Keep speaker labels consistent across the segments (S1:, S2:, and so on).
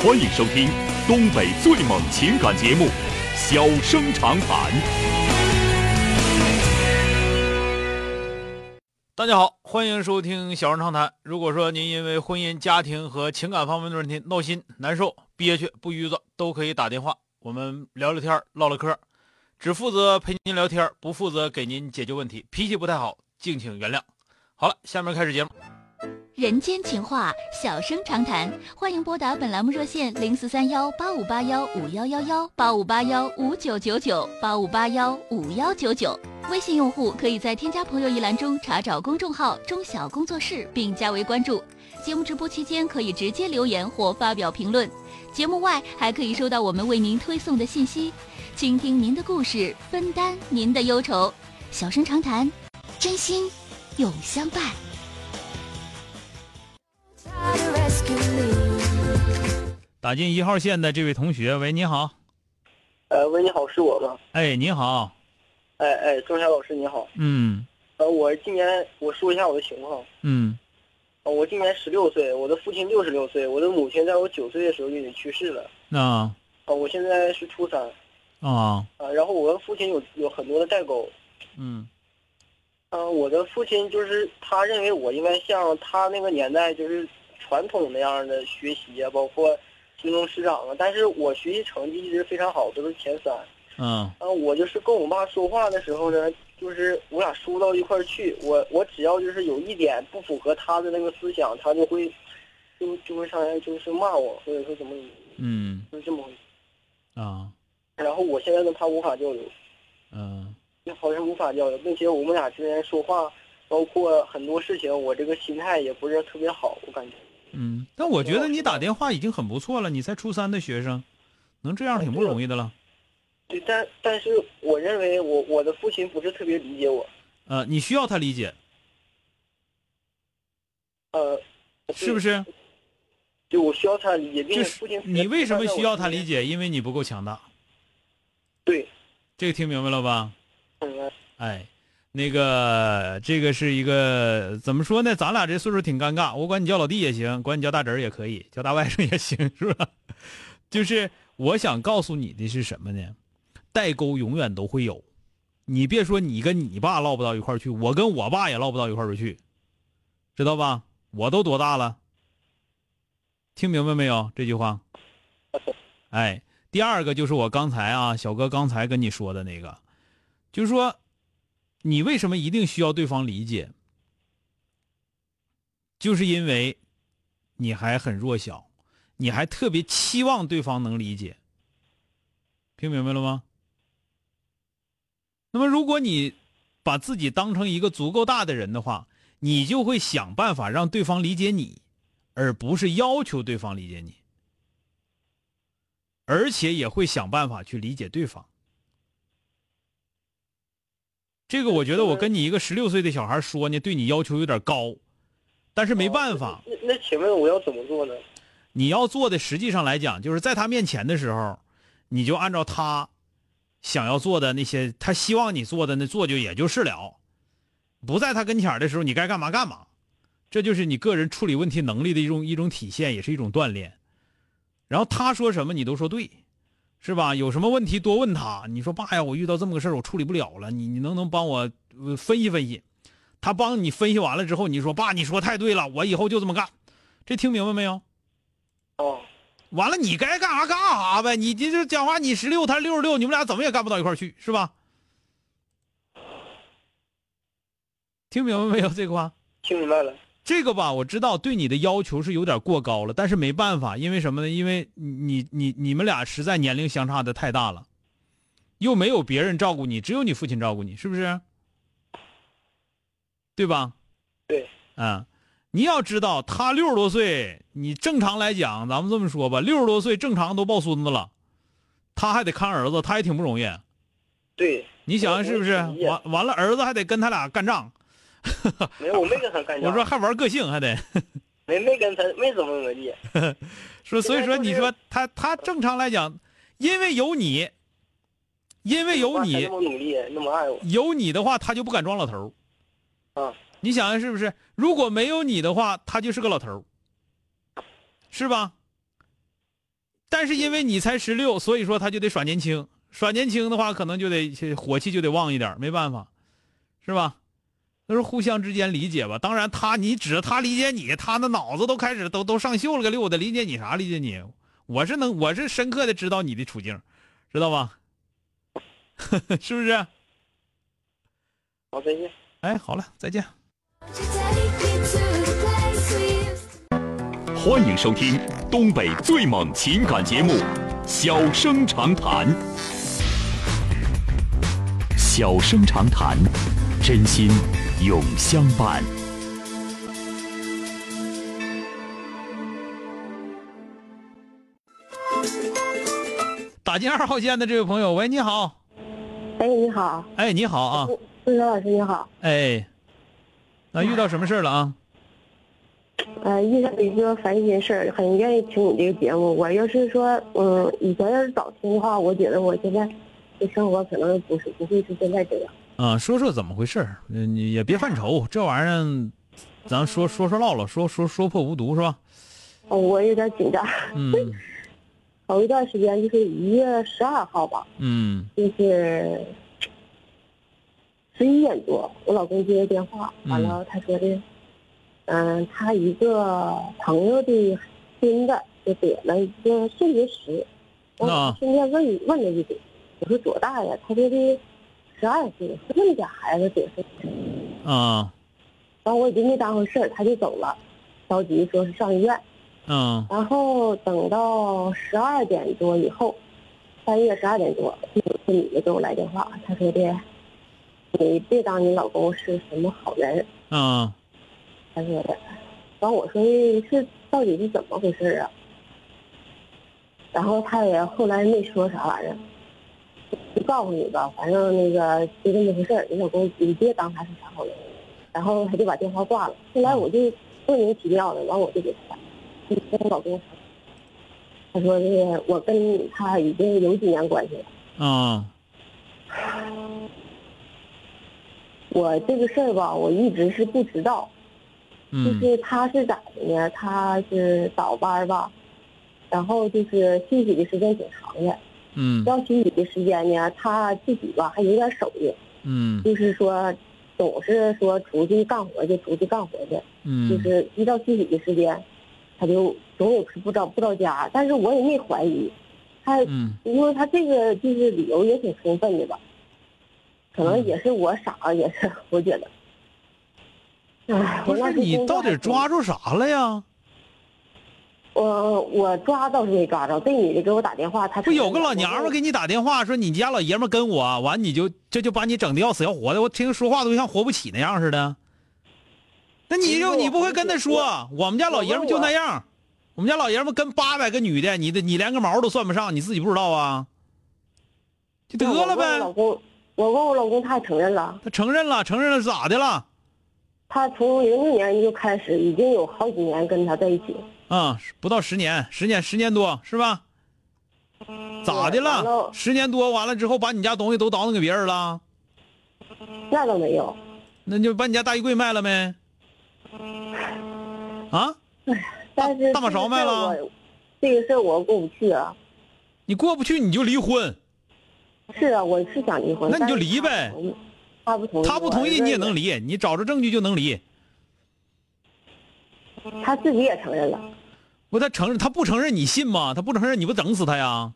S1: 欢迎收听东北最猛情感节目《小生长谈》。
S2: 大家好，欢迎收听《小生长谈》。如果说您因为婚姻、家庭和情感方面的问题闹心、难受、憋屈、不愉快，都可以打电话，我们聊聊天、唠唠嗑，只负责陪您聊天，不负责给您解决问题。脾气不太好，敬请原谅。好了，下面开始节目。
S3: 人间情话，小生长谈，欢迎拨打本栏目热线0431-8581-5111、8581-5999、8581-5199。微信用户可以在添加朋友一栏中查找公众号中小工作室并加为关注。节目直播期间可以直接留言或发表评论，节目外还可以收到我们为您推送的信息，倾听您的故事，分担您的忧愁。小生长谈，真心永相伴。
S2: 打进1号线的这位同学，喂，你好。
S4: 喂，你好，是我吗？
S2: 哎，你好。
S4: 钟霞老师你好。我今年我说一下我的情况。我今年16岁，我的父亲66岁，我的母亲在我9岁的时候就已经去世了。我现在是初3。然后我的父亲有很多的代沟。我的父亲就是他认为我应该像他那个年代就是传统那样的学习啊，包括听从师长啊，但是我学习成绩一直非常好，都是前3。我就是跟我爸说话的时候呢，就是我俩说不到一块儿去，我只要就是有一点不符合他的那个思想，他就会上来就是骂我，或者说怎么就是这么回事。然后我现在跟他无法交流。好像无法交流，并且我们俩之间说话，包括很多事情，我这个心态也不是特别好，我感觉。
S2: 但我觉得你打电话已经很不错了，你才初3的学生，能这样挺不容易的了。
S4: 对，但是我认为我的父亲不是特别理解我。
S2: 你需要他理解。是不是？
S4: 对，我需要他理解，并且父亲。
S2: 你为什么需要他理解？因为你不够强大。
S4: 对。
S2: 这个听明白了吧？那个这个是一个怎么说呢？咱俩这岁数挺尴尬，我管你叫老弟也行，管你叫大侄儿也可以，叫大外甥也行，是吧？就是我想告诉你的是什么呢？代沟永远都会有，你别说你跟你爸唠不到一块儿去，我跟我爸也唠不到一块儿去，知道吧？我都多大了？听明白没有这句话？第二个就是我刚才小哥刚才跟你说的那个，就是说你为什么一定需要对方理解，就是因为你还很弱小，你还特别期望对方能理解，听明白了吗？那么如果你把自己当成一个足够大的人的话，你就会想办法让对方理解你，而不是要求对方理解你，而且也会想办法去理解对方。这个我觉得我跟你一个16岁的小孩说呢，对你要求有点高，但是没办法。
S4: 那请问我要怎么做呢？
S2: 你要做的实际上来讲，就是在他面前的时候，你就按照他想要做的那些，他希望你做的那做就也就是了。不在他跟前的时候，你该干嘛干嘛。这就是你个人处理问题能力的一种体现，也是一种锻炼。然后他说什么你都说对，是吧？有什么问题多问他。你说爸呀，我遇到这么个事儿，我处理不了了，你能帮我分析分析？他帮你分析完了之后，你说爸，你说太对了，我以后就这么干。这听明白没有？完了，你该干啥干啥呗。你这讲话，你16，他66，你们俩怎么也干不到一块儿去，是吧？听明白没有这个话？
S4: 听明白了。
S2: 这个吧，我知道对你的要求是有点过高了，但是没办法，因为什么呢？因为你们俩实在年龄相差的太大了，又没有别人照顾你，只有你父亲照顾你，是不是？对吧？
S4: 对。
S2: 你要知道，他60多岁，你正常来讲，咱们这么说吧，60多岁正常都抱孙子了，他还得看儿子，他也挺不容易。
S4: 对。
S2: 你想想是不是？完了，儿子还得跟他俩干仗。
S4: 没有，我没跟他干仗。
S2: 我说还玩个性，还得
S4: 没跟他，没怎么地。
S2: 所以说，你说他正常来讲，因为有你，那么
S4: 努力，那么爱我，
S2: 有你的话，他就不敢装老头。你想想是不是？如果没有你的话，他就是个老头，是吧？ 但是因为你才16，所以说他就得耍年轻，耍年轻的话可能就得火气就得旺一点，没办法，是吧？都是互相之间理解吧。当然你指着他理解你，他的脑子都开始都上锈了个溜的，理解你啥？理解你？我是深刻的知道你的处境，知道吧？是不是？
S4: 好，再见。
S2: 哎，好了，再见。
S1: 欢迎收听东北最猛情感节目《小生长谈》。小生长谈，真心永相伴。
S2: 打进2号线的这位朋友，喂，你好。
S5: 哎，你好。
S2: 哎，你好啊。
S5: 魏老师，你好。
S2: 哎，那遇到什么事了啊？
S5: 遇到一个烦心事儿，很愿意听你这个节目。我要是说，以前要是早听的话，我觉得我现在的生活可能不会是现在这样。
S2: 啊，说说怎么回事？你也别犯愁，这玩意儿，咱说唠唠，说破无毒是吧？
S5: 哦，我有点紧张。有一段时间就是1月12号吧。就是11点多，我老公接的电话，完了他说的，他一个朋友的孙子就得了一个肾结石，我顺便问了一嘴，我说多大呀？他说的12岁，说这么点孩子得肾结石。然后我也就没当回事儿，他就走了，着急说是上医院。然后等到12点多以后，3月12点多，有个女的给我来电话，她说的，你别当你老公是什么好人。他说的，完我说的是到底是怎么回事啊？然后他也后来没说啥玩意儿，就告诉你吧，反正那个就这么回事儿，你老公你别当他是啥好人。然后他就把电话挂了。后来我就莫名其妙的，完我就给他跟我老公说，他说这个我跟他已经有几年关系了。我这个事儿吧，我一直是不知道。就是他是咋的呢？他是倒班吧，然后就是休息的时间挺长的。要休息的时间呢，他自己吧还有点手艺。就是说总是说出去干活去，就是一到休息的时间，他就总有不着家。但是我也没怀疑他，因为他这个就是理由也挺充分的吧，可能也是我傻，也是我觉得。
S2: 不是你到底抓住啥了呀？
S5: 我抓倒是没抓着，这女的给我打电话，她
S2: 不有个老娘们给你打电话说你家老爷们跟我完，你就把你整的要死要活的，我听说话都像活不起那样似的。那你不会跟他说，我们家老爷们就那样，我们家老爷们跟800个女的，你连个毛都算不上，你自己不知道啊？就得了呗。
S5: 我问我老公，他也承认了。
S2: 他承认了咋的了？
S5: 他从06年就开始，已经有好几年跟他在一起。
S2: 不到10年多是吧？咋的了？10年多完了之后，把你家东西都倒腾给别人了？
S5: 那倒没有。
S2: 那就把你家大衣柜卖了没？
S5: 但是
S2: 大马勺卖了？
S5: 这个事儿我过不去啊。
S2: 你过不去你就离婚。
S5: 是啊，我是想离婚。
S2: 那你就离呗。
S5: 他不同意。
S2: 他不同意你也能离，你找着证据就能离。
S5: 他自己也承认了。
S2: 不，他不承认你信吗？他不承认你不整死他呀？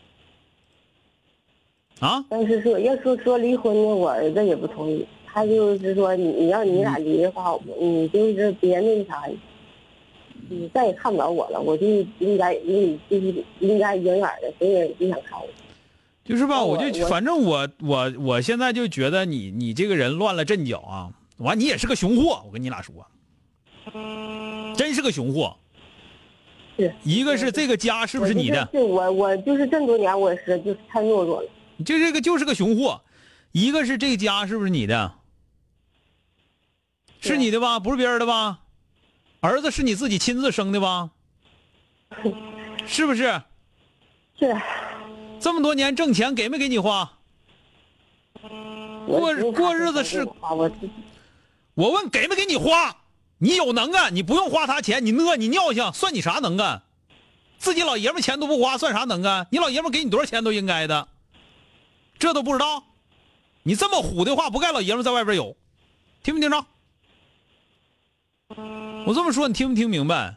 S5: 但是要说离婚呢，我儿子也不同意。他就是说你要你俩离的话，你就是别那啥，你再也看不着我了，我就应该永远的，谁也别想看我。
S2: 就是吧，反正我现在就觉得你这个人乱了阵脚啊！完，你也是个熊货，我跟你俩说，真是个熊货。
S5: 是，
S2: 一个是这个家是不是你的？
S5: 是我就是这么多年我也是就是太懦弱了。
S2: 你这个就是个熊货。一个是这个家是不是你的？是你的吧？不是别人的吧？儿子是你自己亲自生的吧？是不是？
S5: 是。
S2: 这么多年挣钱给没给你花？过日子是。我问给没给你花？你有能干，你不用花他钱，你你尿性，算你啥能干？ 自己老爷们钱都不花，算啥能啊？你老爷们给你多少钱都应该的，这都不知道？你这么虎的话，不该老爷们在外边有，听没听着？我这么说，你听没听明白？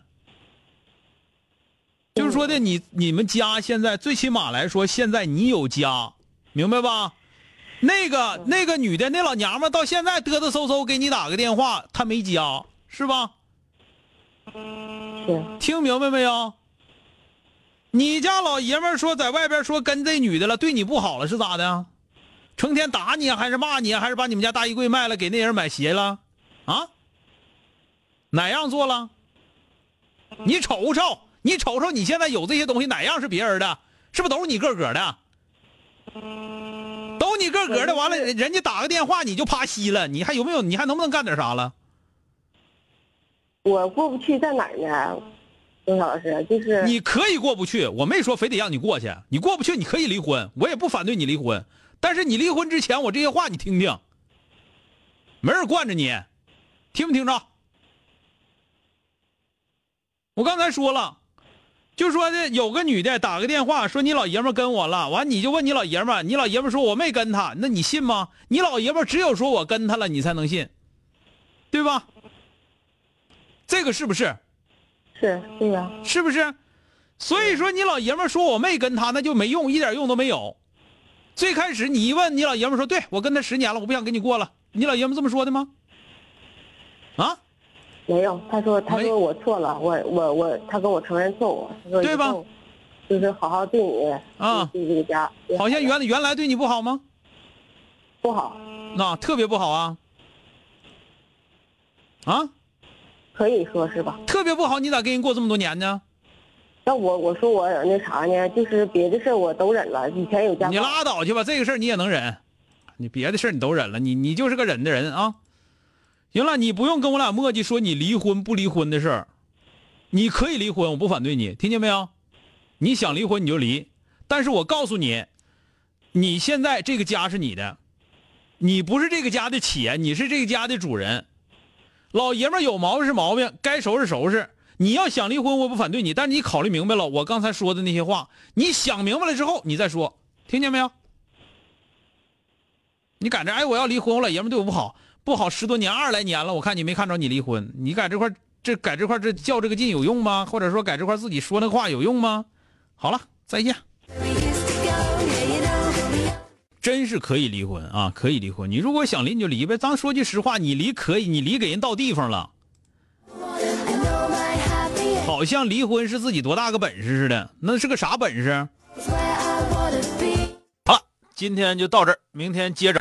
S2: 就是说的，你们家现在最起码来说，现在你有家，明白吧？那个女的，那老娘们到现在嘚嘚嗖嗖给你打个电话，她没家，是吧？
S5: 是。
S2: 听明白没有？你家老爷们说在外边说跟这女的了，对你不好了是咋的？成天打你还是骂你还是把你们家大衣柜卖了给那人买鞋了？啊？哪样做了？你瞅瞅你现在有这些东西哪样是别人的？是不是都是你个个的？都你个个的，完了人家打个电话你就啪稀了，你还有没有？你还能不能干点啥了？
S5: 我过不去在哪儿呢？钟老师，就是
S2: 你可以过不去，我没说非得让你过去，你过不去你可以离婚，我也不反对你离婚，但是你离婚之前我这些话你听听，没人惯着你，听没听着？我刚才说了，就说的有个女的打个电话说你老爷们跟我了，完你就问你老爷们，你老爷们说我没跟他，那你信吗？你老爷们只有说我跟他了你才能信，对吧？这个是不是？
S5: 是，对呀。
S2: 是不是？所以说你老爷们说我没跟他，那就没用，一点用都没有。最开始你一问你老爷们说，对，我跟他10年了，我不想跟你过了，你老爷们这么说的吗？啊？
S5: 没有，他说我错了，他跟我承认错误，他说
S2: 对吧？
S5: 就是好好对你
S2: 啊，
S5: 对这个家。
S2: 好像原来对你不好吗？
S5: 不好。
S2: 那特别不好啊。啊？
S5: 可以说是吧？
S2: 特别不好，你咋跟人过这么多年呢？
S5: 那我说我那啥呢？就是别的事我都忍了，以前有家。
S2: 你拉倒去吧，这个事儿你也能忍，你别的事儿你都忍了，你就是个忍的人啊。行了，你不用跟我俩磨叽说你离婚不离婚的事儿，你可以离婚，我不反对你，听见没有？你想离婚你就离，但是我告诉你，你现在这个家是你的，你不是这个家的钱，你是这个家的主人。老爷们有毛病是毛病，该收拾收拾。你要想离婚，我不反对你，但是你考虑明白了我刚才说的那些话，你想明白了之后你再说，听见没有？你赶着哎我要离婚，我老爷们对我不好10多年20来年了，我看你没看着你离婚，你改这块这较这个劲有用吗？或者说改这块自己说那话有用吗？好了，再见。真是可以离婚啊，可以离婚。你如果想离你就离呗，咱说句实话，你离可以，你离给人到地方了，好像离婚是自己多大个本事似的，那是个啥本事？好了，今天就到这儿，明天接着。